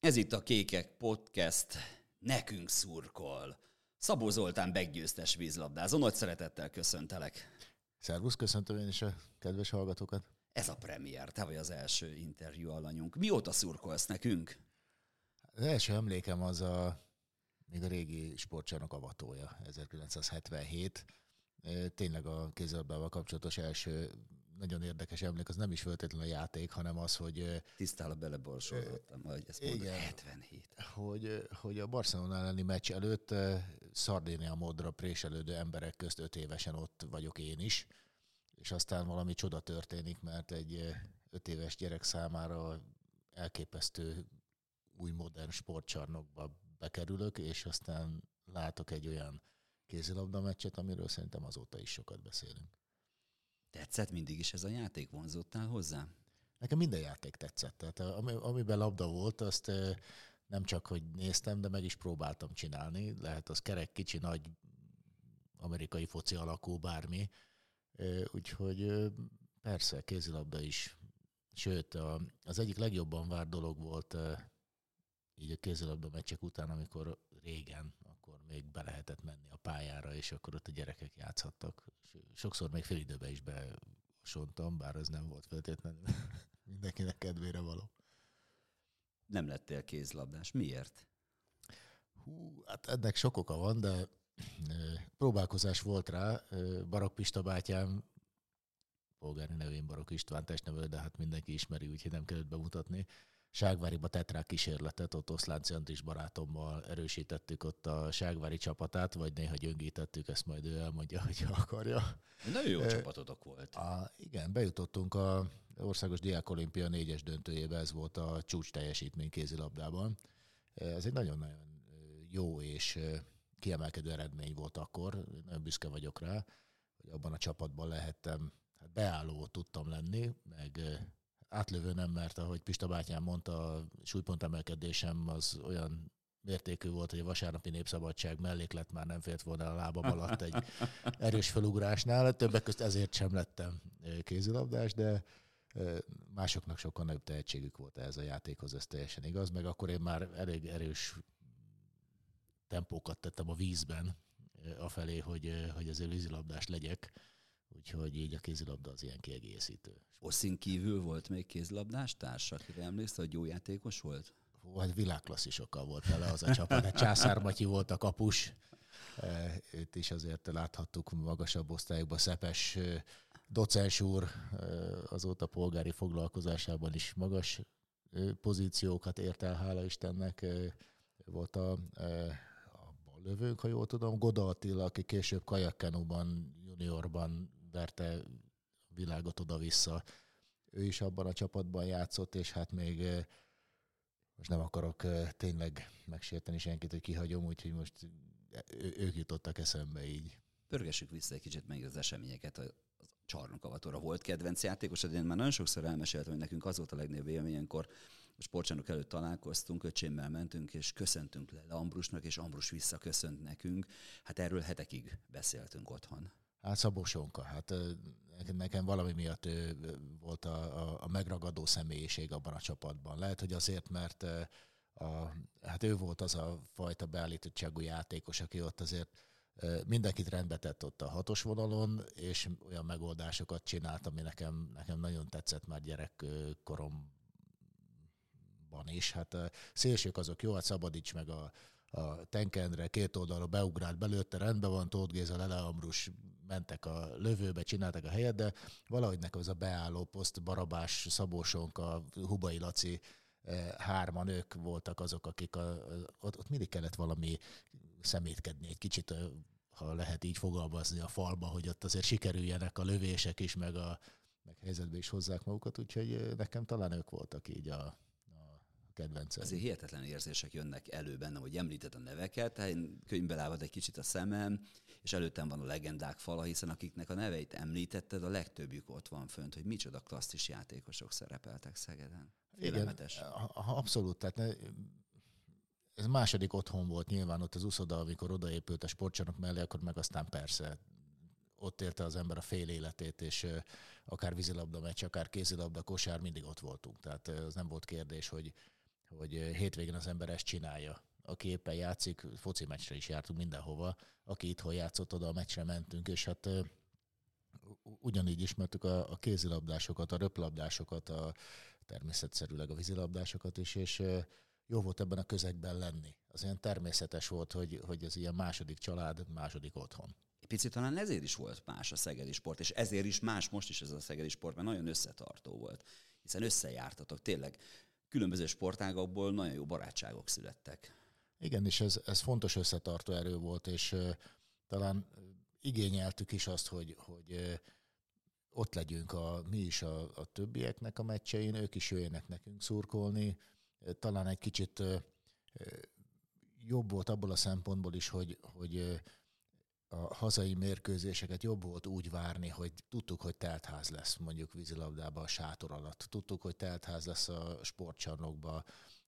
Ez itt a Kékek Podcast, nekünk szurkol. Szabó Zoltán beggyőztes vízlabdázó, nagy szeretettel köszöntelek. Szervusz, köszöntöm én is a kedves hallgatókat. Ez a premier, te vagy az első interjú alanyunk. Mióta szurkolsz nekünk? Az első emlékem az még a régi sportcsarnok avatója, 1977. Tényleg a kézilabdával kapcsolatos első nagyon érdekes emlék, az nem is feltétlenül a játék, hanem az, hogy... Tisztára beleborsolhattam, hogy ezt mondod, 77. Hogy a Barcelona elleni meccs előtt Szardénia módra préselődő emberek közt 5 évesen ott vagyok én is, és aztán valami csoda történik, mert egy 5 éves gyerek számára elképesztő új modern sportcsarnokba bekerülök, és aztán látok egy olyan kézilabda meccset, amiről szerintem azóta is sokat beszélünk. Tetszett mindig is ez a játék? Vonzottál hozzá? Nekem minden játék tetszett. Tehát amiben labda volt, azt nem csak, hogy néztem, de meg is próbáltam csinálni. Lehet az kerek, kicsi, nagy, amerikai foci alakú, bármi. Úgyhogy persze, kézilabda is. Sőt, az egyik legjobban várt dolog volt így a kézilabda meccsek után, amikor régen, akkor még be lehetett menni a pályára, és akkor ott a gyerekek játszhattak. Sokszor még fél időben is besontam, bár az nem volt feltétlenül mindenkinek kedvére való. Nem lettél kézlabdás. Miért? Hát ennek sok oka van, de próbálkozás volt rá. Barak Pista bátyám, polgári nevén Barok István testnevelő, de hát mindenki ismeri, úgyhogy nem kellett bemutatni. Ságváriba tett rá kísérletet, ott Oszlánci Andris barátommal erősítettük ott a ságvári csapatát, vagy néha gyöngítettük, ezt majd ő elmondja, hogyha akarja. Nagyon jó csapatotok volt. Igen, bejutottunk az Országos Diákolimpia 4-es döntőjébe, ez volt a csúcs teljesítmény kézilabdában. Ez egy nagyon-nagyon jó és kiemelkedő eredmény volt akkor, nagyon büszke vagyok rá, hogy abban a csapatban lehettem, hát beálló tudtam lenni, meg átlövő nem, mert ahogy Pista bátyám mondta, a súlypontemelkedésem az olyan mértékű volt, hogy a vasárnapi népszabadság melléklet már nem fért volna a lábam alatt egy erős felugrásnál. Többek közt ezért sem lettem kézilabdás, de másoknak sokkal nagyobb tehetségük volt ez a játékhoz, ez teljesen igaz. Meg akkor én már elég erős tempókat tettem a vízben afelé, hogy azért vízilabdás legyek. Úgyhogy így a kézilabda az ilyen kiegészítő. Oszin kívül volt még kézilabdás társ, akire emlékszel, hogy jó játékos volt? Hát világklasszisokkal volt vele az a csapat. Császár Matyi volt a kapus. Őt is azért láthattuk magasabb osztályokban. Szepes docens úr azóta polgári foglalkozásában is magas pozíciókat ért el, hála Istennek. Volt a lövőnk, ha jól tudom, Goda Attila, aki később kajakkenúban, juniorban verte világot oda-vissza. Ő is abban a csapatban játszott, és hát még most nem akarok tényleg megsérteni senkit, hogy kihagyom, úgyhogy most ők jutottak eszembe így. Pörgessük vissza egy kicsit meg az eseményeket. A csarnokavatóra volt kedvenc játékosod. Én már nagyon sokszor elmeséltem, hogy nekünk az volt a legnagyobb élmény, amikor a sportcsarnok előtt találkoztunk, öcsémmel mentünk, és köszöntünk le Ambrusnak, és Ambrus visszaköszönt nekünk. Hát erről hetekig beszéltünk otthon. Hát Szabó Sonka, hát nekem valami miatt ő volt a megragadó személyiség abban a csapatban. Lehet, hogy azért, mert hát ő volt az a fajta beállítottságú játékos, aki ott azért mindenkit rendbe tett ott a 6-os vonalon, és olyan megoldásokat csinált, ami nekem nagyon tetszett már gyerekkoromban is. Hát a szélsők azok jó, hát Szabadics meg a Tenkendre két oldalra beugrált, belőtte, rendben van, Tóth Géza, Lele Ambrus mentek a lövőbe, csináltak a helyet, de valahogy nekem ez a beálló poszt, Barabás, Szabó Sonka, Hubai Laci, hárman ők voltak azok, akik ott mindig kellett valami szemétkedni egy kicsit, ha lehet így fogalmazni a falba, hogy ott azért sikerüljenek a lövések is, meg helyzetbe is hozzák magukat, úgyhogy nekem talán ők voltak így a kedvencem. Azért hihetetlen érzések jönnek elő bennem, hogy említed a neveket, én könyvbe lábad egy kicsit a szemem, és előttem van a legendák fala, hiszen akiknek a neveit említetted, a legtöbbjük ott van fönt, hogy micsoda klasszis játékosok szerepeltek Szegeden. Félelmetes. Igen, abszolút, tehát ez második otthon volt nyilván ott az uszoda, amikor odaépült a sportcsarnok mellé, akkor meg aztán persze ott érte az ember a fél életét, és akár vízilabda meccs, akár kézilabda, kosár, mindig ott voltunk. Tehát az nem volt kérdés, hogy hogy hétvégén az ember ezt csinálja. Aki éppen játszik, foci meccsre is jártunk mindenhova, aki itthon játszott, oda a meccsre mentünk, és hát ugyanígy ismertük a kézilabdásokat, a röplabdásokat, természetszerűleg a vízilabdásokat is, és jó volt ebben a közegben lenni. Az ilyen természetes volt, hogy ez ilyen második család, második otthon. Picit talán ezért is volt más a szegedi sport, és ezért is más most is ez a szegedi sport, mert nagyon összetartó volt, hiszen összejártatok, tényleg különböző sportágakból nagyon jó barátságok születtek. Igen, és ez fontos összetartó erő volt, és talán igényeltük is azt, hogy ott legyünk mi is a többieknek a meccsein, ők is jöjjenek nekünk szurkolni. Talán egy kicsit jobb volt abból a szempontból is, hogy a hazai mérkőzéseket jobb volt úgy várni, hogy tudtuk, hogy teltház lesz mondjuk vízilabdában a sátor alatt. Tudtuk, hogy teltház lesz a sportcsarnokban,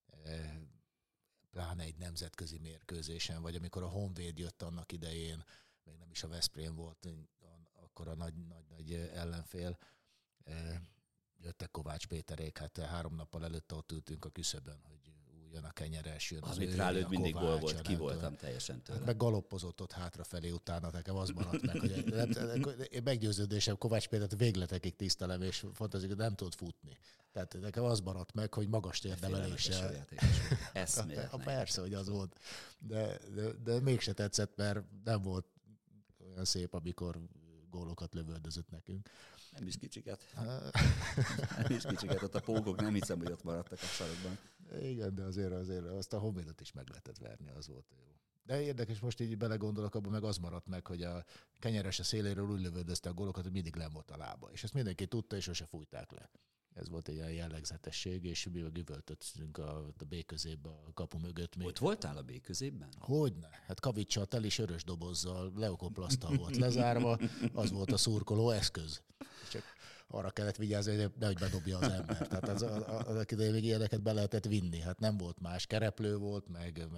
pláne egy nemzetközi mérkőzésen, vagy amikor a Honvéd jött annak idején, még nem is a Veszprém volt akkor a nagy ellenfél. Jöttek Kovács Péterék, hát 3 nappal előtte ott ültünk a küszöbön, hogy jön a kenyeres, jön az amit rálőtt mindig gól volt, ki voltam teljesen tőle. Hát meg galoppozott ott hátrafelé utána, nekem az maradt meg, hogy én meggyőződésem Kovács Pétert végletekig tisztelem, és fantázik, hogy nem tud futni. Tehát nekem az maradt meg, hogy magas térdemeléssel. Persze, hogy az volt. De mégse tetszett, mert nem volt olyan szép, amikor gólokat lövöldözött nekünk. Nem is kicsiket. Nem is kicsiket, ott a pókok nem hiszem, hogy ott maradtak a sarokban. Igen, de azért azt a Honvédot is meg lehetett verni, az volt jó. De érdekes, most így belegondolok, abban meg az maradt meg, hogy a kenyeres a széléről úgy lövöldözte a gólokat, hogy mindig len volt a lába. És ezt mindenki tudta, és sose fújták le. Ez volt egy ilyen jellegzetesség, és mi üvöltöttünk a B középbe a kapu mögött. Ott voltál a B középben? Hogyne. Hát kavicsal, teli sörös dobozzal, leokoplasztal volt lezárva, az volt a szurkoló eszköz. Csak arra kellett vigyázni, hogy nehogy bedobja az ember. Tehát az idején még ilyeneket be lehetett vinni. Hát nem volt más. Kereplő volt, meg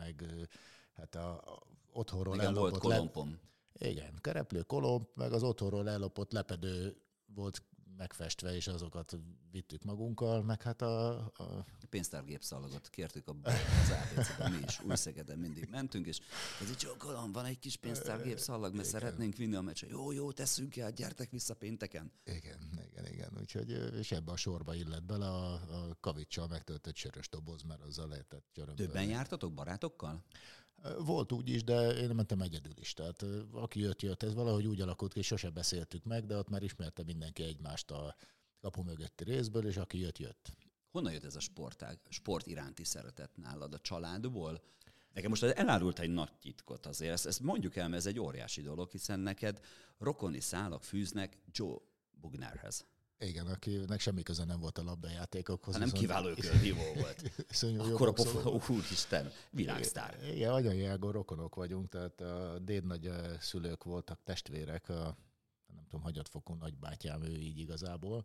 hát otthonról igen, ellopott... volt kolompom. Igen, kereplő, kolomb, meg az otthonról ellopott lepedő volt megfestve, és azokat vittük magunkkal, meg hát a pénztárgépszalagot kértük az ABC-ben, mi is Újszegeden mindig mentünk, és ez így csókolom, van egy kis pénztárgépszalag, mert szeretnénk vinni a meccset. Jó, tesszünk el, gyertek vissza pénteken. Igen. Úgyhogy, és ebbe a sorba illett bele a kavicsal megtöltött sörös doboz, mert azzal lehetett csörömpölni. Többen jártatok barátokkal? Volt úgy is, de én mentem egyedül is. Tehát aki jött, ez valahogy úgy alakult ki, sose beszéltük meg, de ott már ismerte mindenki egymást a kapu mögötti részből, és aki jött. Honnan jött ez a sport iránti szeretet nálad? A családból? Nekem most elárult egy nagy titkot azért. Ezt mondjuk el, mert ez egy óriási dolog, hiszen neked rokoni szálak fűznek Joe Bugnerhez. Igen, akinek semmi köze nem volt a labdajátékokhoz. Nem kiváló körhívó volt. Akkor a úristen, világsztár. Igen, anyajágon rokonok vagyunk, tehát a dédnagy szülők voltak testvérek, nem tudom, hagyatfokú nagybátyám, ő így igazából.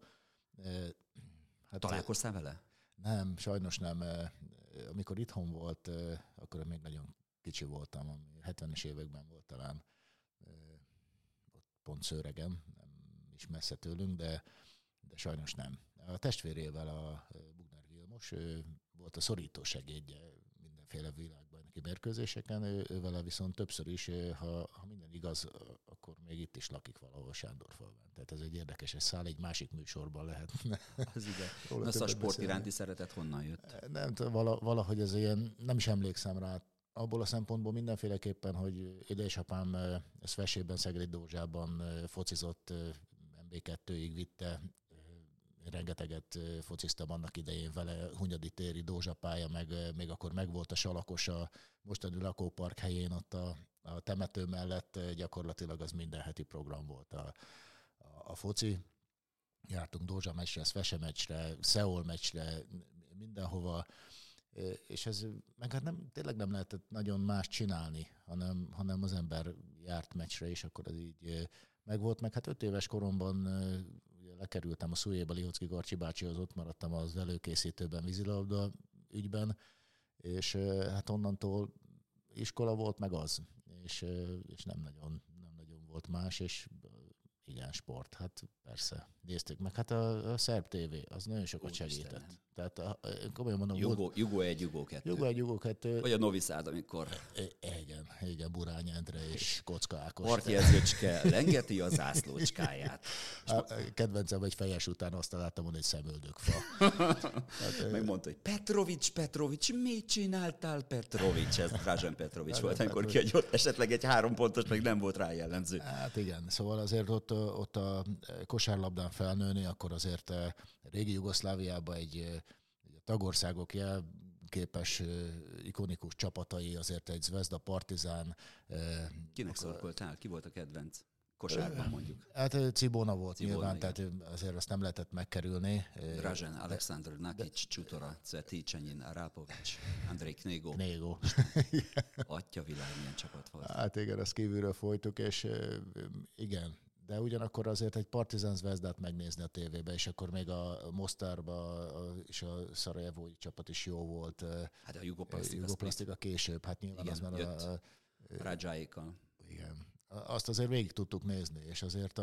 Hát, találkoztál vele? Nem, sajnos nem. Amikor itthon volt, akkor még nagyon kicsi voltam, 70-es években volt talán, pont Szőregen, nem is messze tőlünk, de sajnos nem. A testvérével, a Bugner Vilmos, ő volt a szorító segédje mindenféle világbajnoki mérkőzéseken, ő vele viszont többször is, ha minden igaz, akkor még itt is lakik valahol Sándorfalván. Tehát ez egy érdekes szál, egy másik műsorban lehetne. Az igen. Az a sport iránti szeretet honnan jött? Nem, valahogy ez ilyen, nem is emlékszem rá, abból a szempontból mindenféleképpen, hogy édesapám ezt Vesében, Szegedi Dózsában focizott, MB2-ig vitte, rengeteget fociztam annak idején vele, Hunyadi téri Dózsapálya, meg még akkor megvolt a Salakos a mostani lakópark helyén, ott a temető mellett gyakorlatilag az minden heti program volt a foci. Jártunk Dózsa meccsre, Vese meccsre, Szeol meccsre, mindenhova, és ez meg hát tényleg nem lehetett nagyon más csinálni, hanem az ember járt meccsre, és akkor az így megvolt. Meg hát 5 éves koromban lekerültem a Szújéba Lihocki Garcsi bácsihoz, ott maradtam az előkészítőben vízilabda ügyben, és hát onnantól iskola volt, meg az, és nem nagyon volt más, és igen, sport. Hát persze. Néztük meg. Hát a szerb tévé, az nagyon sokat segített. Tehát komolyan mondom, Jugo 1, Jugo 2. Jugo 1, Jugo 2. Vagy a Novi Sad, amikor... Igen, Burány Endre és Kocka Ákos. Partjezőcske lengeti a zászlócskáját. Kedvencem egy fejes után azt találtam, hogy egy szemöldökfa. Megmondta, hogy Petrovics, mit csináltál, Petrovics? Ez Dražen Petrovics volt, amikor kiadott esetleg egy 3 pontos, meg nem volt rá jellemző. Hát igen, szóval azért ott a kosárlabdán felnőni, akkor azért régi Jugoszláviában egy tagországok képes ikonikus csapatai, azért egy Zvezda, Partizán. Kinek szurkoltál? Ki volt a kedvenc? Kosárban mondjuk. Hát Cibona volt nyilván, igen. Tehát azért azt nem lehetett megkerülni. Dražen, Aleksandr, Nakic, Csutora, Cveti, Csenyin, Arapovics, Andrej Knégo. Atya világ, milyen csapat volt. Hát igen, ezt kívülről folytuk, és igen. De ugyanakkor azért egy Partizán Zvezdát megnézni a tévébe, és akkor még a Mostarba és a Szarajevói csapat is jó volt. Hát a Jugoplasztika később, hát nyilván igen, az már a Radzsáékkal. Igen. Azt azért végig tudtuk nézni, és azért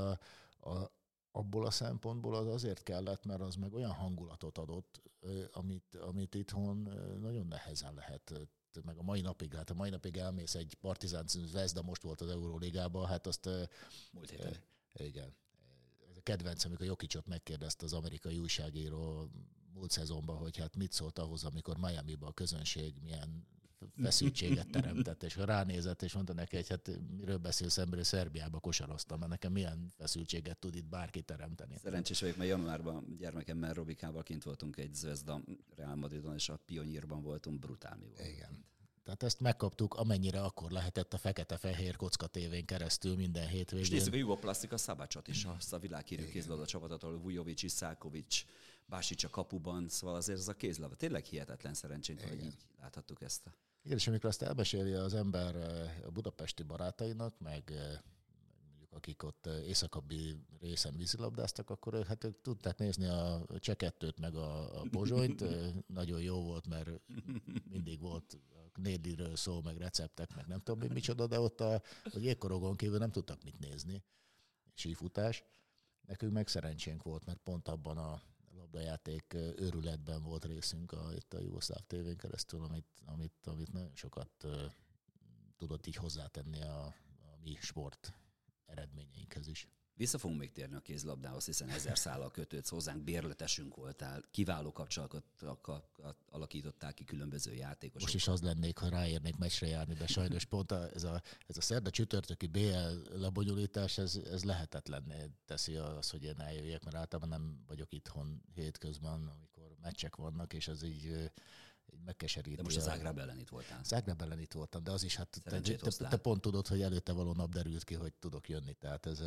abból a szempontból az azért kellett, mert az meg olyan hangulatot adott, amit itthon nagyon nehezen lehet, meg a mai napig elmész egy Partizán Zvezda, most volt az Euróligában, hát azt... Múlt héten. Igen. Ez a kedvenc, amikor Jokicsot megkérdezte az amerikai újságíró múlt szezonban, hogy hát mit szólt ahhoz, amikor Miamiban a közönség milyen feszültséget teremtett, és ránézett, és mondta neki, hogy hát miről beszélsz, emberről Szerbiába kosaroztam, mert nekem milyen feszültséget tud itt bárki teremteni. Szerencsés vagyok, mert januárban gyermekemmel Robikával kint voltunk egy Zvezda Real Madridon, és a Pionírban voltunk, brutál mi volt. Igen. Tehát ezt megkaptuk, amennyire akkor lehetett a fekete-fehér kocka tévén keresztül minden hétvégén. És nézzük a Jugoplasztika Szabacsot is, azt a világhírű kézlabda csapatot, ahol Vujovic, Iszákovics, Básics a kapuban, szóval azért ez a kézlabda. Tényleg hihetetlen szerencsénk, hogy így láthattuk ezt. Igen, és amikor azt elmeséli az ember a budapesti barátainak, meg mondjuk akik ott északabbi részen vízilabdáztak, akkor hát ők tudták nézni a Cseh-2-t meg a Pozsonyt. Nagyon jó volt, mert mindig volt nédliről szó, meg receptek, meg nem tudom micsoda, de ott a jégkorogon kívül nem tudtak mit nézni. Sífutás. Nekünk meg szerencsénk volt, mert pont abban a labdajáték őrületben volt részünk itt a Jugoszláv tévén keresztül, amit nagyon sokat tudott így hozzátenni a mi sport eredményeinkhez is. Vissza fogunk még térni a kézlabdához, hiszen 1000 szállal kötődsz hozzánk, bérletesünk voltál, kiváló kapcsolatokat alakítottál ki különböző játékosok. Most is az lennék, ha ráérnék meccsre járni, de sajnos pont ez a szerda csütörtöki BL lebonyolítás, ez lehetetlenné teszi az, hogy én eljöjjek, mert általában nem vagyok itthon hétközben, amikor meccsek vannak, és az így megkeseríti. De most a Zágráb ellen itt voltál. Zágráb ellen itt voltam, de az is, hát te pont tudod, hogy előtte való nap derült ki, hogy tudok jönni. Tehát ez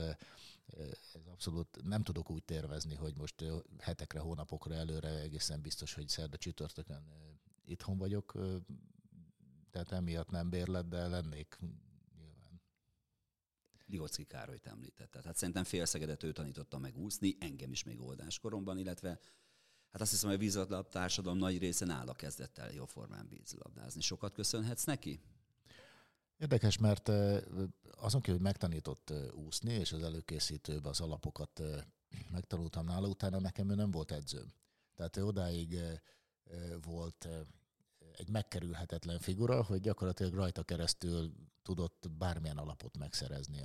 abszolút nem tudok úgy tervezni, hogy most hetekre, hónapokra előre egészen biztos, hogy szerda csütörtökön itthon vagyok. Tehát emiatt nem bérlet, de lennék nyilván. Ligocki Károlyt említetted. Hát szerintem Félszegedet ő tanította meg úszni, engem is még oldáskoromban, illetve hát azt hiszem, hogy a vízilabda társadalom nagy része nála kezdett el jóformán vízilabdázni. Sokat köszönhetsz neki? Érdekes, mert azon kívül, hogy megtanított úszni, és az előkészítőben az alapokat megtanultam nála, utána nekem ő nem volt edzőm. Tehát ő odáig volt egy megkerülhetetlen figura, hogy gyakorlatilag rajta keresztül tudott bármilyen alapot megszerezni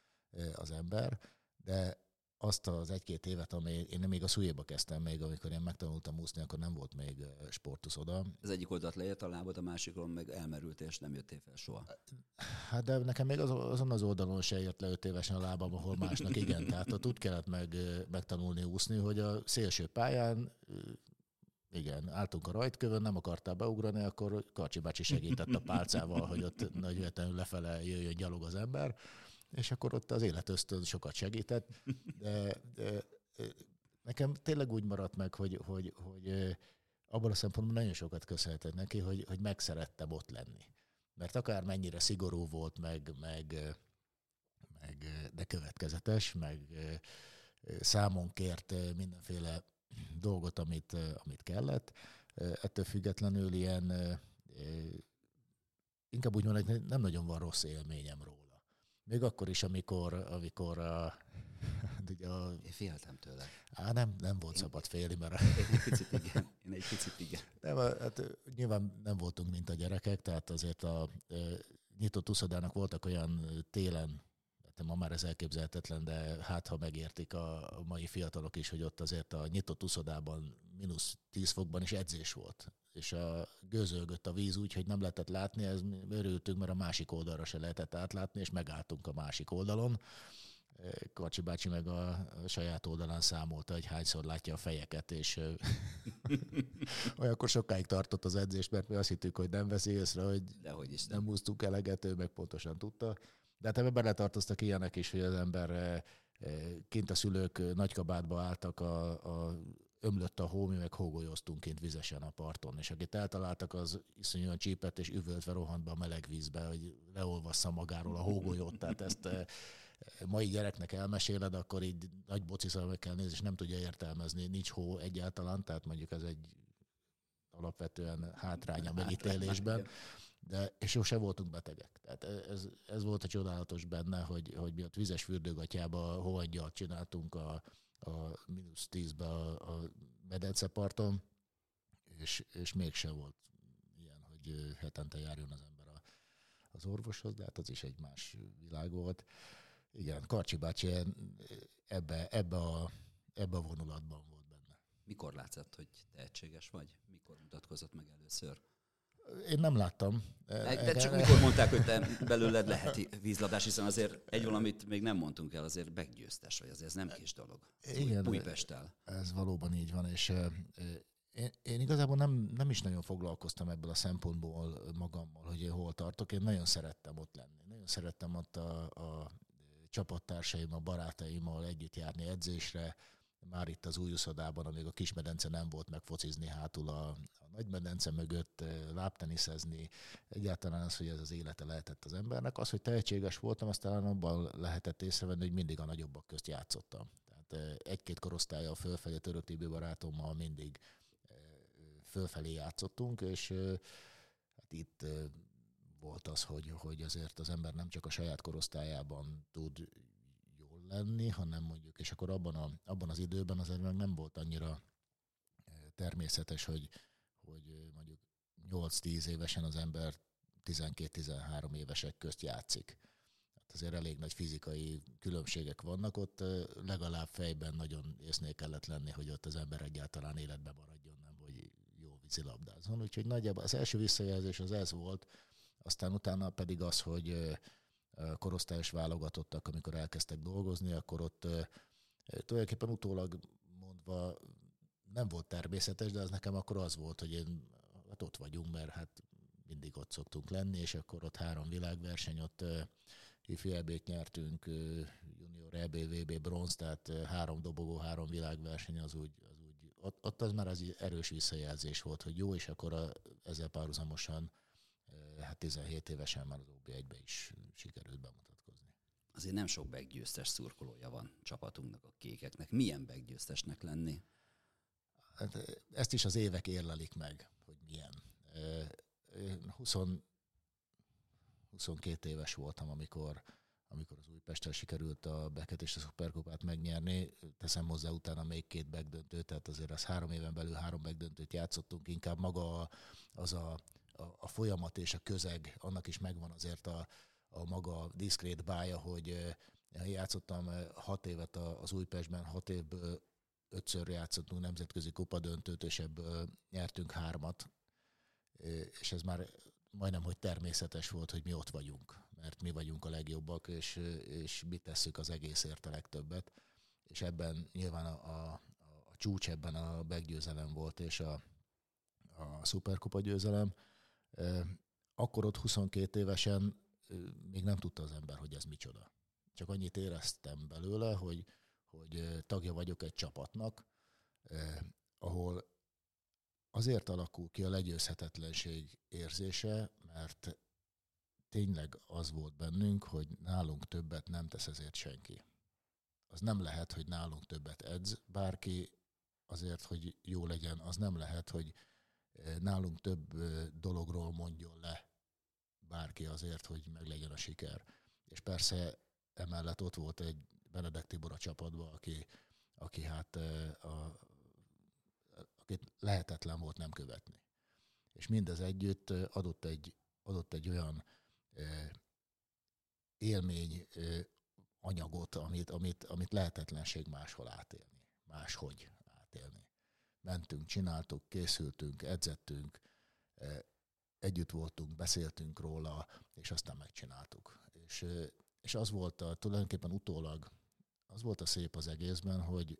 az ember, de azt az 1-2 évet, ami én még a szujéba kezdtem még, amikor én megtanultam úszni, akkor nem volt még sportuszoda. Az egyik oldalt leért a lábad, a másikon meg elmerült, és nem jöttél fel soha. Hát de nekem még azon az oldalon se ért le 5 évesen a lábam, ahol másnak igen. Tehát ott úgy kellett megtanulni úszni, hogy a szélső pályán, igen, álltunk a rajtkövön, nem akartál beugrani, akkor Karcsi bácsi segített a pálcával, hogy ott nagyvetlenül lefele jöjjön gyalog az ember. És akkor ott az életösztön sokat segített, de nekem tényleg úgy maradt meg, hogy abban a szempontból nagyon sokat köszönhetek neki, hogy megszerettem ott lenni. Mert akár mennyire szigorú volt, de következetes, meg számon kért mindenféle dolgot, amit kellett. Ettől függetlenül ilyen, inkább úgy mondom, hogy nem nagyon van rossz élményem róla. Még akkor is, amikor Ugye Én féltem tőle. Nem volt szabad félni, mert... Én egy picit igen. Nem, hát nyilván nem voltunk, mint a gyerekek, tehát azért a nyitott uszodának voltak olyan télen, hát ma már ez elképzelhetetlen, de hát ha megértik a mai fiatalok is, hogy ott azért a nyitott uszodában -10 fokban is edzés volt. És gőzölgött a víz úgy, hogy nem lehetett látni, ez örültünk, mert a másik oldalra se lehetett átlátni, és megálltunk a másik oldalon. Karcsi bácsi meg a saját oldalán számolta, hogy hányszor látja a fejeket, és olyankor sokáig tartott az edzés, mert mi azt hittük, hogy nem veszi észre, hogy nem húztunk eleget, ő meg pontosan tudta. De hát ebben beletartoztak ilyenek is, hogy az ember kint a szülők nagykabátba álltak, ömlött a hó, mi meg hógolyoztunk kint vizesen a parton, és akit eltaláltak, az iszonyúan csípett, és üvöltve rohant be a meleg vízbe, hogy leolvassza magáról a hógolyót, tehát ezt mai gyereknek elmeséled, akkor így nagy bociszal meg kell nézni, és nem tudja értelmezni. Nincs hó egyáltalán, tehát mondjuk ez egy alapvetően hátrány a megítélésben. És sose voltunk betegek. Tehát ez volt a csodálatos benne, hogy mi ott vizes fürdőgatyába hóangyalt csináltunk a -10-be a medenceparton, és mégse volt ilyen, hogy hetente járjon az ember az orvoshoz, de hát az is egy más világ volt. Igen, Karcsi bácsi ebbe a vonulatban volt benne. Mikor látszott, hogy tehetséges vagy? Mikor mutatkozott meg először? Én nem láttam. De csak mikor mondták, hogy te belőled lehet vízlabdás, hiszen azért egy valamit még nem mondtunk el, azért meggyőztes vagy, azért ez nem kis dolog. Igen, Újpesttel. Ez valóban így van, és én igazából nem is nagyon foglalkoztam ebből a szempontból magammal, hogy én hol tartok. Én nagyon szerettem ott lenni. Nagyon szerettem ott a csapattársaim, a barátaimmal együtt járni edzésre, már itt az új uszodában, amíg a kismedence nem volt, meg focizni hátul a nagymedence mögött, lábteniszezni, egyáltalán az, hogy ez az élete lehetett az embernek. Az, hogy tehetséges voltam, aztán abban lehetett észrevenni, hogy mindig a nagyobbak közt játszottam. Tehát egy-két korosztálya fölfelé Török Tibi barátommal mindig fölfelé játszottunk, és hát itt volt az, hogy azért az ember nem csak a saját korosztályában tud jól lenni, hanem mondjuk, és akkor abban az időben azért meg nem volt annyira természetes, hogy mondjuk 8-10 évesen az ember 12-13 évesek közt játszik. Hát azért elég nagy fizikai különbségek vannak ott, legalább fejben nagyon észnél kellett lenni, hogy ott az ember egyáltalán életben maradjon, nem hogy jó vízilabdázzon. Úgyhogy nagyjából az első visszajelzés az ez volt, aztán utána pedig az, hogy korosztályos válogatottak, amikor elkezdtek dolgozni, akkor ott tulajdonképpen utólag mondva nem volt természetes, de az nekem akkor az volt, hogy hát ott vagyunk, mert hát mindig ott szoktunk lenni, és akkor ott 3 világverseny, ott ifjú EB-t nyertünk, junior EB, VB bronz, tehát 3 dobogó, 3 világverseny, az úgy ott az már az erős visszajelzés volt, hogy jó, és akkor ezzel párhuzamosan hát 17 évesen már az OB1-be is sikerült bemutatkozni. Azért nem sok meggyőztes szurkolója van csapatunknak, a kékeknek. Milyen meggyőztesnek lenni? Hát ezt is az évek érlelik meg, hogy milyen. 22 éves voltam, amikor az Újpesttel sikerült a Beket és a Szuperkupát megnyerni. Teszem hozzá utána még 2 megdöntőt, tehát azért az 3 éven belül 3 megdöntőt játszottunk, inkább maga a folyamat és a közeg, annak is megvan azért a maga diszkrét bája, hogy játszottam 6 évet az Újpestben, 6 évből 5-ször játszottunk nemzetközi kupadöntőt, és ebből nyertünk 3-at, és ez már majdnem, hogy természetes volt, hogy mi ott vagyunk, mert mi vagyunk a legjobbak, és mi tesszük az egészért a legtöbbet, és ebben nyilván a csúcs ebben a meggyőzelem volt, és a szuperkupa győzelem. Akkor ott 22 évesen még nem tudta az ember, hogy ez micsoda. Csak annyit éreztem belőle, hogy tagja vagyok egy csapatnak, ahol azért alakul ki a legyőzhetetlenség érzése, mert tényleg az volt bennünk, hogy nálunk többet nem tesz ezért senki. Az nem lehet, hogy nálunk többet edz bárki azért, hogy jó legyen. Az nem lehet, hogy nálunk több dologról mondjon le bárki azért, hogy meglegyen a siker. És persze emellett ott volt egy Benedek Tibor a csapatba, aki hát akit lehetetlen volt nem követni. És mindez együtt adott egy olyan élmény anyagot, amit lehetetlenség máshogy átélni. Mentünk, csináltuk, készültünk, edzettünk, együtt voltunk, beszéltünk róla, és aztán megcsináltuk. És az volt tulajdonképpen utólag, az volt a szép az egészben, hogy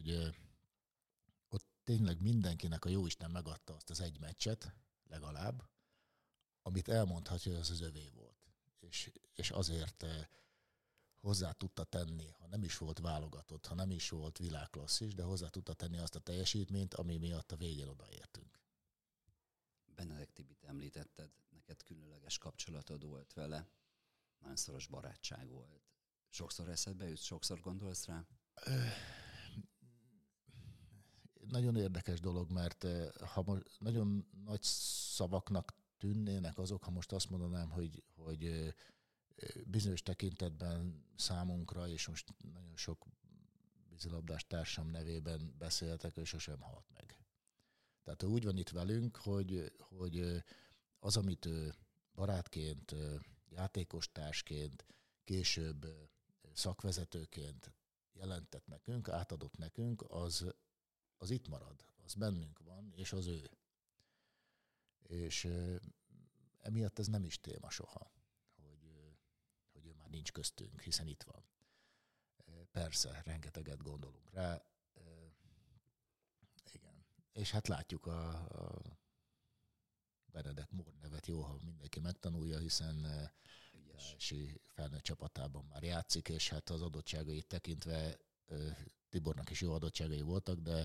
ott tényleg mindenkinek a jóisten megadta azt az egy meccset, legalább, amit elmondhatja, hogy az övé volt. És azért hozzá tudta tenni, ha nem is volt válogatott, ha nem is volt világklasszis, de hozzá tudta tenni azt a teljesítményt, ami miatt a végén odaértünk. Benedek Tibit említetted, neked különleges kapcsolatod volt vele, nagyon szoros barátság volt. Sokszor eszedbe jut, sokszor gondolsz rá? Nagyon érdekes dolog, mert ha most nagyon nagy szavaknak tűnnének azok, ha most azt mondanám, hogy bizonyos tekintetben számunkra, és most nagyon sok vízilabdás társam nevében beszéltek, és sosem halt meg. Tehát úgy van itt velünk, hogy az, amit barátként, játékostársként, később szakvezetőként jelentett nekünk, átadott nekünk, az itt marad, az bennünk van, és az ő. És emiatt ez nem is téma soha, hogy ő már nincs köztünk, hiszen itt van. Persze, rengeteget gondolunk rá. Igen. És hát látjuk a Benedek Mór nevet, jó, ha mindenki megtanulja, hiszen első felnőtt csapatában már játszik, és hát az adottságait tekintve Tibornak is jó adottságai voltak, de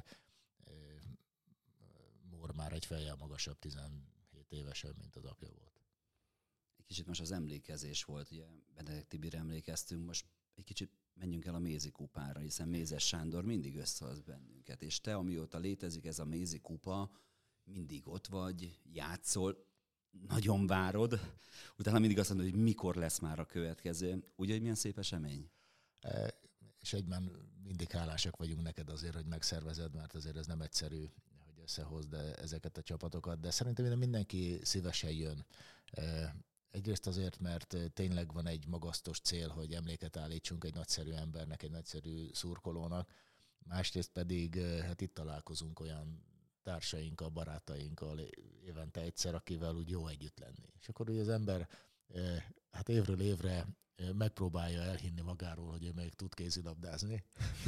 Mór már egy fejjel magasabb, 17 évesebb, mint az apja volt. Egy kicsit most az emlékezés volt, ugye Benedek Tibire emlékeztünk, most egy kicsit menjünk el a Mézi kupára, hiszen Mézes Sándor mindig összehoz bennünket, és te, amióta létezik ez a Mézi kupa, mindig ott vagy, játszol, nagyon várod, utána mindig azt mondod, hogy mikor lesz már a következő. Ugye, hogy milyen szép esemény? És egyben mindig hálásak vagyunk neked azért, hogy megszervezed, mert azért ez nem egyszerű, hogy összehozd ezeket a csapatokat, de szerintem mindenki szívesen jön. Egyrészt azért, mert tényleg van egy magasztos cél, hogy emléket állítsunk egy nagyszerű embernek, egy nagyszerű szurkolónak, másrészt pedig hát itt találkozunk olyan társainkkal, barátainkkal évente egyszer, akivel úgy jó együtt lenni. És akkor ugye az ember hát évről évre megpróbálja elhinni magáról, hogy ő még tud kézilabdázni.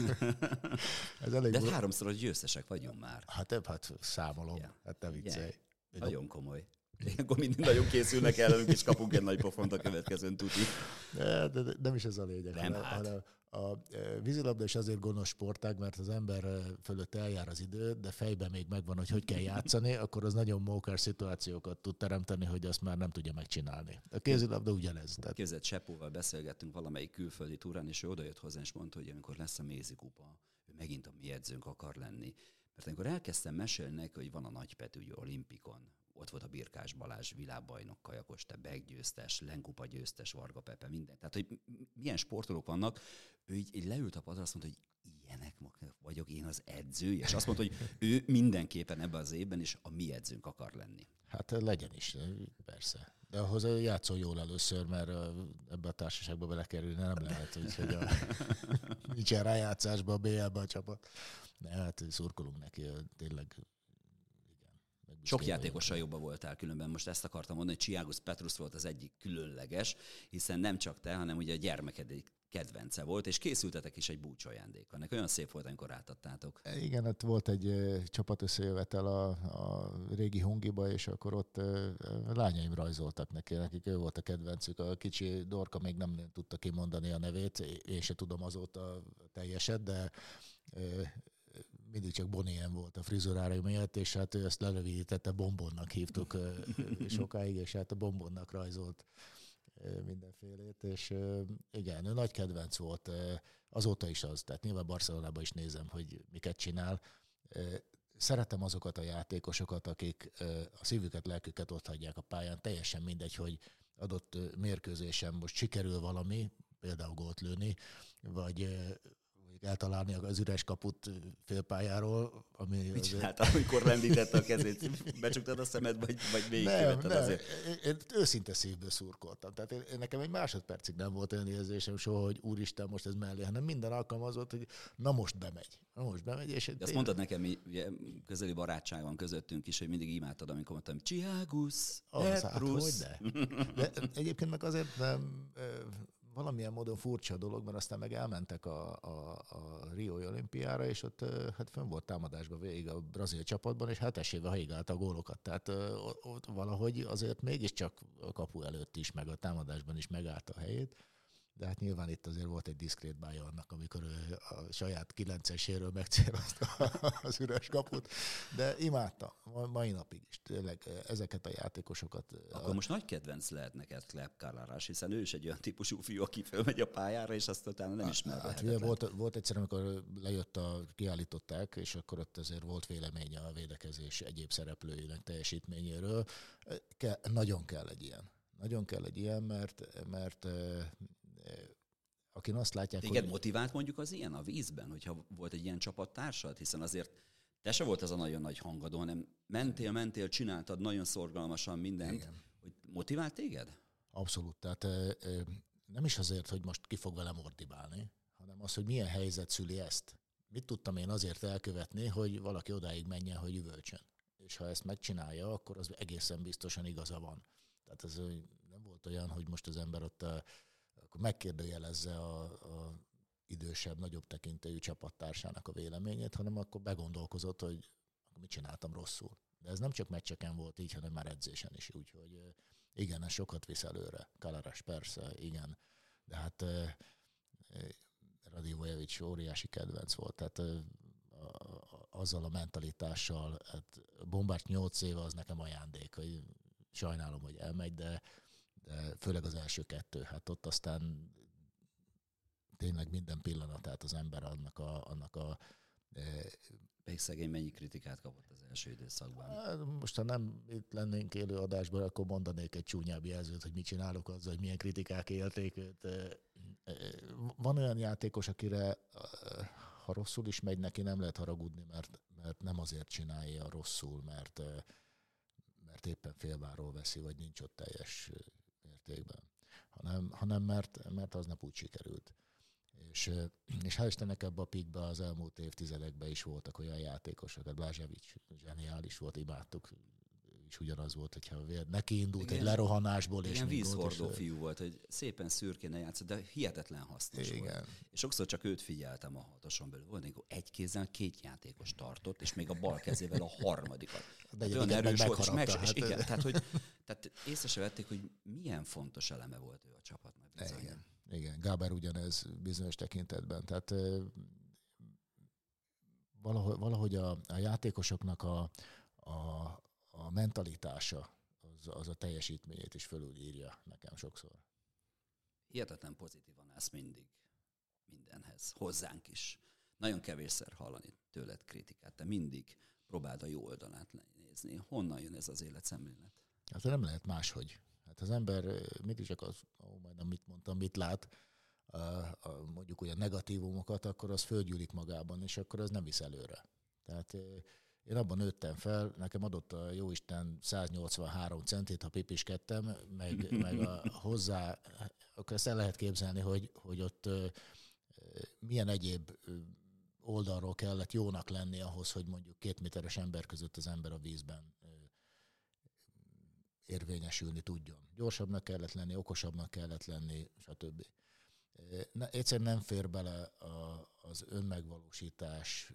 Ez elég de háromszoros győztesek vagyunk már. Hát számolom, hát ne viccelj. Nagyon komoly. Akkor mindig nagyon készülnek ellenünk, és kapunk egy nagy pofont a következőn tuti. De nem is ez a lényeg. Nem, hát. A vízilabda is azért gonosz sportág, mert az ember fölött eljár az idő, de fejben még megvan, hogy kell játszani, akkor az nagyon mókás szituációkat tud teremteni, hogy azt már nem tudja megcsinálni. A kézilabda ugyanez. Képzeld, Csepóval beszélgettünk valamelyik külföldi túrán, és ő odajött hozzá, és mondta, hogy amikor lesz a Mézi kupa, ő megint a mi edzőnk akar lenni. Mert amikor elkezdtem mesélni neki, hogy van a Nagypetű olimpikon, ott volt a Birkás Balázs világbajnok, kajakos, te győztes, Lenkupa győztes, Varga Pepe, minden. Tehát, hogy milyen sportolók vannak, ő így leült a padra, azt mondta, hogy ilyenek vagyok én az edző, és azt mondta, hogy ő mindenképpen ebben az évben is a mi edzőnk akar lenni. Hát legyen is, persze. De ahhoz játszol jól először, mert ebbe a társaságba belekerülni nem lehet, úgyhogy nincsen rájátszásba a BL-be a csapat. De hát szurkolunk neki, tényleg. Sok játékossal jobban voltál különben. Most ezt akartam mondani, hogy Csiágusz Petrus volt az egyik különleges, hiszen nem csak te, hanem ugye a gyermeked egy kedvence volt, és készültetek is egy búcsóajándékkal. Olyan szép volt, amikor átadtátok. Igen, ott volt egy csapatösszejövetel a régi Hungiba, és akkor ott lányaim rajzoltak nekik ő volt a kedvencük. A kicsi Dorka még nem tudta kimondani a nevét, én se tudom azóta teljeset, de mindig csak Bonien volt a frizurára miatt, és hát ő ezt lerövidítette, Bombonnak hívtuk sokáig, és hát a Bombonnak rajzolt mindenfélét, és igen, ő nagy kedvenc volt, azóta is az, tehát nyilván Barcelonában is nézem, hogy miket csinál. Szeretem azokat a játékosokat, akik a szívüket, lelküket ott hagyják a pályán, teljesen mindegy, hogy adott mérkőzésen most sikerül valami, például gólt lőni, vagy eltalálni az üres kaput félpályáról, ami... Mit csináltál, amikor lendítette a kezét? Becsuktad a szemed, vagy végigkövetted azért? Én őszinte szívből szurkoltam. Tehát nekem egy másodpercig nem volt olyan érzésem soha, hogy úristen, most ez mellé, hanem minden alkalom az volt, hogy na most bemegy. És azt mondtad nekem, ugye, közeli barátság van közöttünk is, hogy mindig imádtad, amikor mondtam, Csiágusz, Petrus. Hát, de egyébként meg azért nem... valamilyen módon furcsa dolog, mert aztán meg elmentek a Riói olimpiára, és ott hát fönn volt támadásban végig a brazil csapatban, és hát esélybe haigálta a gólokat. Tehát ott valahogy azért mégiscsak a kapu előtt is, meg a támadásban is megállt a helyét. De hát nyilván itt azért volt egy diszkrét bája annak, amikor ő a saját 9-eséről megcélozta az üres kaput, de imádta mai napig is. Tényleg ezeket a játékosokat... Akkor most nagy kedvenc lehet neked Kleb Kalarás, hiszen ő is egy olyan típusú fiú, aki fölmegy a pályára, és azt utána nem ismer. Hát volt egyszer, amikor lejött kiállították, és akkor ott azért volt véleménye a védekezés egyéb szereplőinek teljesítményéről. Nagyon kell egy ilyen. Nagyon kell egy ilyen, mert akin azt látják, téged motivált mondjuk az ilyen a vízben, hogyha volt egy ilyen csapattársad? Hiszen azért te se volt az a nagyon nagy hangadó, hanem mentél, csináltad nagyon szorgalmasan mindent. Igen. Hogy motivált téged? Abszolút. Tehát nem is azért, hogy most ki fog velem ordibálni, hanem az, hogy milyen helyzet szüli ezt. Mit tudtam én azért elkövetni, hogy valaki odáig menjen, hogy üvölcsön. És ha ezt megcsinálja, akkor az egészen biztosan igaza van. Tehát ez nem volt olyan, hogy most az ember ott akkor megkérdőjelezze a idősebb, nagyobb tekintélyű csapattársának a véleményét, hanem akkor begondolkozott, hogy akkor mit csináltam rosszul. De ez nem csak meccseken volt így, hanem már edzésen is. Úgyhogy igen, ez sokat visz előre. Kalarás persze, igen. De hát Radivojevics óriási kedvenc volt. Tehát azzal a mentalitással, hát Bombárt 8 éve az nekem ajándék, hogy sajnálom, hogy elmegy, de főleg az első 2, hát ott aztán tényleg minden pillanatát az ember annak a Még szegény mennyi kritikát kapott az első időszakban? Most, ha nem itt lennénk élő adásban, akkor mondanék egy csúnyább jelzőt, hogy mit csinálok azzal, hogy milyen kritikák élték őt. Van olyan játékos, akire ha rosszul is megy neki, nem lehet haragudni, mert nem azért csinálja rosszul, mert éppen félváról veszi, vagy nincs ott teljes mértékben, hanem mert aznap úgy sikerült. És hál' Istennek ebben a pikben az elmúlt évtizedekben is voltak olyan játékosok, a Blažević zseniális volt, imádtuk, és ugyanaz volt, hogyha neki indult egy lerohanásból. Ilyen vízhordó fiú volt, hogy szépen szürkén játszott, de hihetetlen hasznos volt. És sokszor csak őt figyeltem a hatoson belül. Volt, amikor egy kézzel 2 játékos tartott, és még a bal kezével a harmadikat. De olyan erős volt, és igen, tehát észre se vették, hogy milyen fontos eleme volt ő a csapatnak. Igen, Gáber ugyanez bizonyos tekintetben. Tehát valahogy a játékosoknak a mentalitása az a teljesítményét is fölülírja nekem sokszor. Hihetetlen pozitívan állsz mindig mindenhez, hozzánk is. Nagyon kevésszer hallani tőled kritikát, de mindig próbáld a jó oldalát nézni. Honnan jön ez az életszemlélet? Hát nem lehet máshogy. Hát az ember mindig csak majdnem mit mondtam, mit lát, mondjuk olyan negatívumokat, akkor az földgyűlik magában, és akkor az nem visz előre. Tehát én abban nőttem fel, nekem adott a jóisten 183 centit, ha pipiskedtem, meg hozzá, akkor ezt el lehet képzelni, hogy ott milyen egyéb oldalról kellett jónak lenni ahhoz, hogy mondjuk 2 méteres ember között az ember a vízben érvényesülni tudjon. Gyorsabbnak kellett lenni, okosabbnak kellett lenni, stb. Egyszerűen nem fér bele az önmegvalósításhoz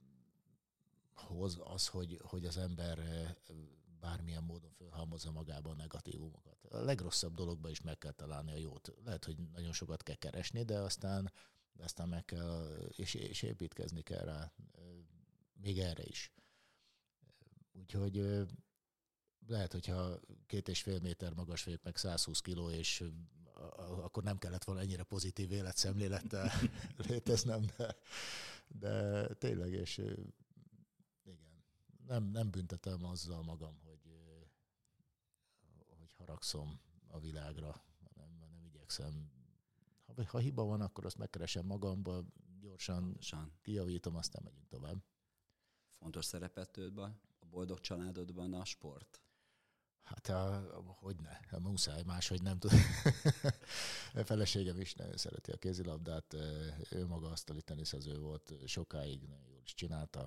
az, hogy az ember bármilyen módon fölhalmozza magában a negatívumokat. A legrosszabb dologban is meg kell találni a jót. Lehet, hogy nagyon sokat kell keresni, de aztán meg kell, és építkezni kell rá. Még erre is. Úgyhogy lehet, hogyha 2,5 méter magas vagyok, meg 120 kiló, és akkor nem kellett volna ennyire pozitív életszemlélettel léteznem, de tényleg, és igen, nem büntetem azzal magam, hogy haragszom a világra, hanem igyekszem Ha hiba van, akkor azt megkeresem magamba, gyorsan kijavítom, aztán megyünk tovább. Fontos szerepet tölt be a boldog családodban a sport? Hát, hogyne, muszáj, máshogy nem tud. A feleségem is nagyon szereti a kézilabdát, ő maga asztali teniszező volt, sokáig nagyon jól is csinálta.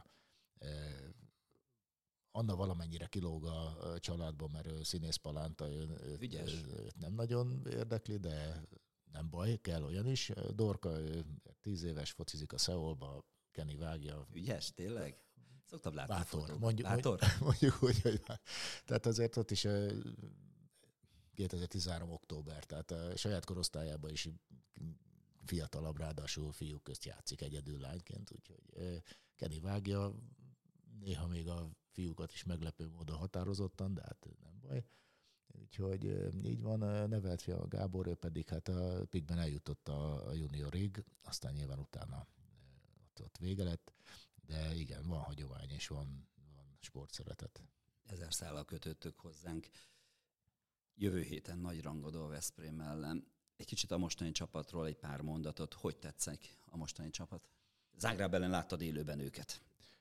Anna valamennyire kilóg a családban, mert ő színész palánta, őt nem nagyon érdekli, de nem baj, kell olyan is. Dorka, ő 10 éves, focizik a Szeolba, Kenny vágja. Ügyes, tényleg? Szoktam látni Bátor. Mondjuk úgy, hogy tehát azért ott is 2013. október, tehát a saját korosztályában is fiatalabb, ráadásul fiúk közt játszik egyedül lányként, úgyhogy Kenny vágja, néha még a fiúkat is meglepő módon határozottan, de hát nem baj. Úgyhogy így van, nevelt fia a Gábor, ő pedig hát a PIK-ben eljutott a juniorig, aztán nyilván utána ott vége lett, de igen, van hagyomány és van sportszeretet. 1000 szállal kötöttök hozzánk. Jövő héten nagy rangadó a Veszprém ellen. Egy kicsit a mostani csapatról egy pár mondatot. Hogy tetszik a mostani csapat? Zágráb ellen láttad élőben őket?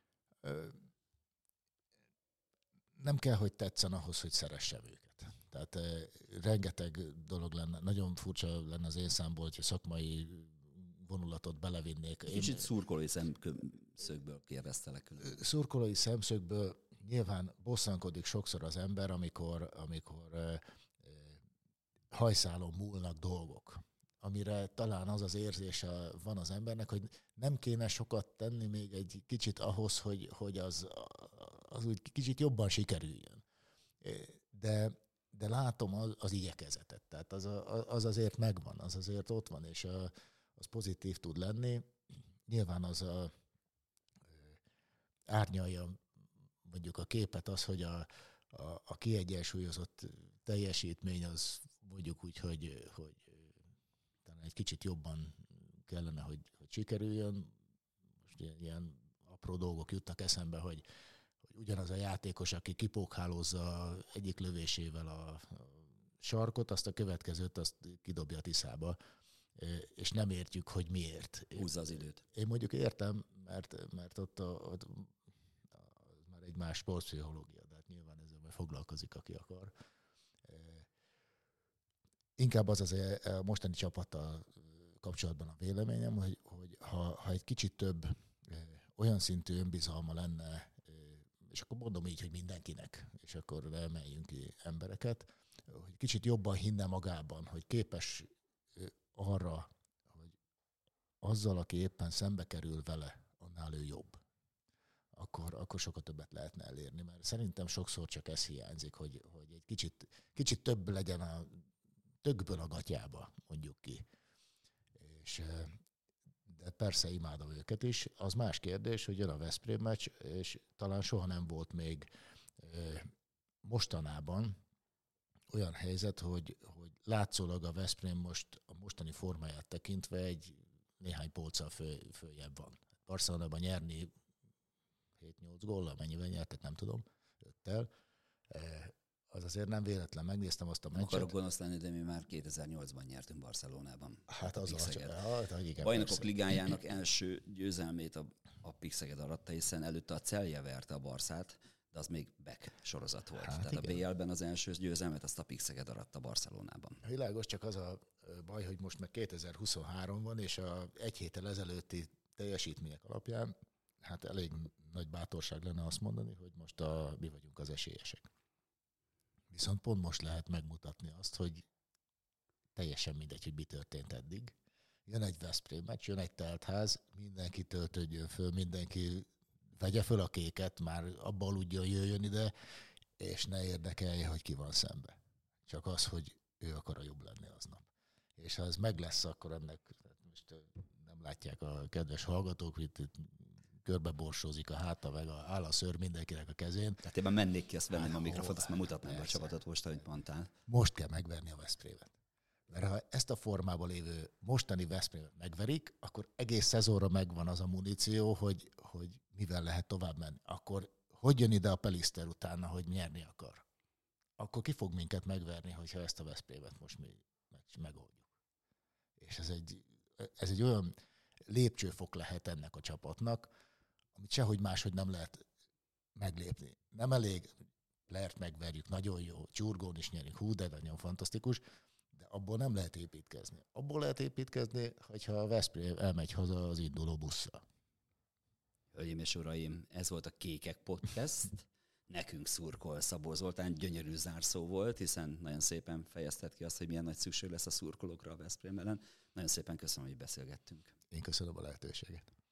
Nem kell, hogy tetszen ahhoz, hogy szeressem őket. Tehát rengeteg dolog lenne, nagyon furcsa lenne az én számból, hogyha szakmai vonulatot belevinnék. Kicsit szurkolói szemszögből kérdeztelek. Szurkolói szemszögből nyilván bosszankodik sokszor az ember, amikor hajszálon múlnak dolgok, amire talán az érzése van az embernek, hogy nem kéne sokat tenni még egy kicsit ahhoz, hogy az úgy kicsit jobban sikerüljön. De látom az igyekezetet, tehát az azért megvan, az azért ott van, és az pozitív tud lenni. Nyilván az árnyalja mondjuk a képet az, hogy a kiegyensúlyozott teljesítmény az mondjuk úgy, hogy talán egy kicsit jobban kellene, hogy sikerüljön. Most ilyen apró dolgok juttak eszembe, hogy ugyanaz a játékos, aki kipókhálózza egyik lövésével a sarkot, azt a következőt azt kidobja a Tiszába, és nem értjük, hogy miért. Húzza az időt. Én mondjuk értem, mert ott már egy más sportpszichológia, de hát nyilván ezzel majd foglalkozik, aki akar. Inkább az a mostani csapattal kapcsolatban a véleményem, hogy ha egy kicsit több olyan szintű önbizalma lenne, és akkor mondom így, hogy mindenkinek, és akkor emeljünk ki embereket, hogy kicsit jobban hinne magában, hogy képes arra, hogy azzal, aki éppen szembe kerül vele, annál ő jobb. Akkor sokkal többet lehetne elérni, mert szerintem sokszor csak ez hiányzik, hogy egy kicsit több legyen a tökből a gatyába, mondjuk ki. De persze imádom őket is. Az más kérdés, hogy jön a Veszprém meccs, és talán soha nem volt még mostanában olyan helyzet, hogy látszólag a Veszprém most a mostani formáját tekintve egy néhány polccal följebb van. Barcelonában nyerni 7-8 góllal, mennyivel nyertek, nem tudom, 5-tel. Az azért nem véletlen, megnéztem azt a meccset. Akarok gonosz lenni, de mi már 2008-ban nyertünk Barcelonában. Hát az a Bajnokok Ligájának első győzelmét a Pixeged aratta, hiszen előtte a Celje verte a Barszát, de az még Beck sorozat volt. Hát tehát igen. A BL-ben az első győzelmet azt a Pixeged aratta Barcelonában. Világos, csak az a baj, hogy most meg 2023 van, és egy héttel ezelőtti teljesítmények alapján hát elég nagy bátorság lenne azt mondani, hogy most mi vagyunk az esélyesek. Viszont pont most lehet megmutatni azt, hogy teljesen mindegy, hogy mi történt eddig. Jön egy Veszprém meccs, jön egy teltház, mindenki töltődjön föl, mindenki vegye föl a kéket, már abba aludjon, jöjjön ide, és ne érdekelje, hogy ki van szembe. Csak az, hogy ő akar a jobb lenni aznap. És ha ez meg lesz, akkor ennek, most nem látják a kedves hallgatók, hogy itt körbeborsózik a háta, meg áll a szőr mindenkinek a kezén. Tehát én már mennék ki, azt venném a mikrofont, azt már mutatnám be a csapatot most, ahogy mondtál. Most kell megverni a Veszprémet. Mert ha ezt a formában lévő mostani Veszprémet megverik, akkor egész szezonra megvan az a muníció, hogy mivel lehet tovább menni. Akkor hogy jön ide a Peliszter utána, hogy nyerni akar? Akkor ki fog minket megverni, hogyha ezt a Veszprémet most mi megoldjuk. És ez egy olyan lépcsőfok lehet ennek a csapatnak, amit sehogy máshogy nem lehet meglépni. Nem elég, Lert megverjük, nagyon jó, Csurgón is nyerünk, hú, de nagyon fantasztikus, de abból nem lehet építkezni. Abból lehet építkezni, hogyha a Veszprém elmegy haza az induló busszal. Hölgyeim és uraim, ez volt a Kékek Podcast. Nekünk szurkol Szabó Zoltán, gyönyörű zárszó volt, hiszen nagyon szépen fejezted ki azt, hogy milyen nagy szükség lesz a szurkolókra a Veszprém ellen. Nagyon szépen köszönöm, hogy beszélgettünk. Én köszönöm a lehetőséget.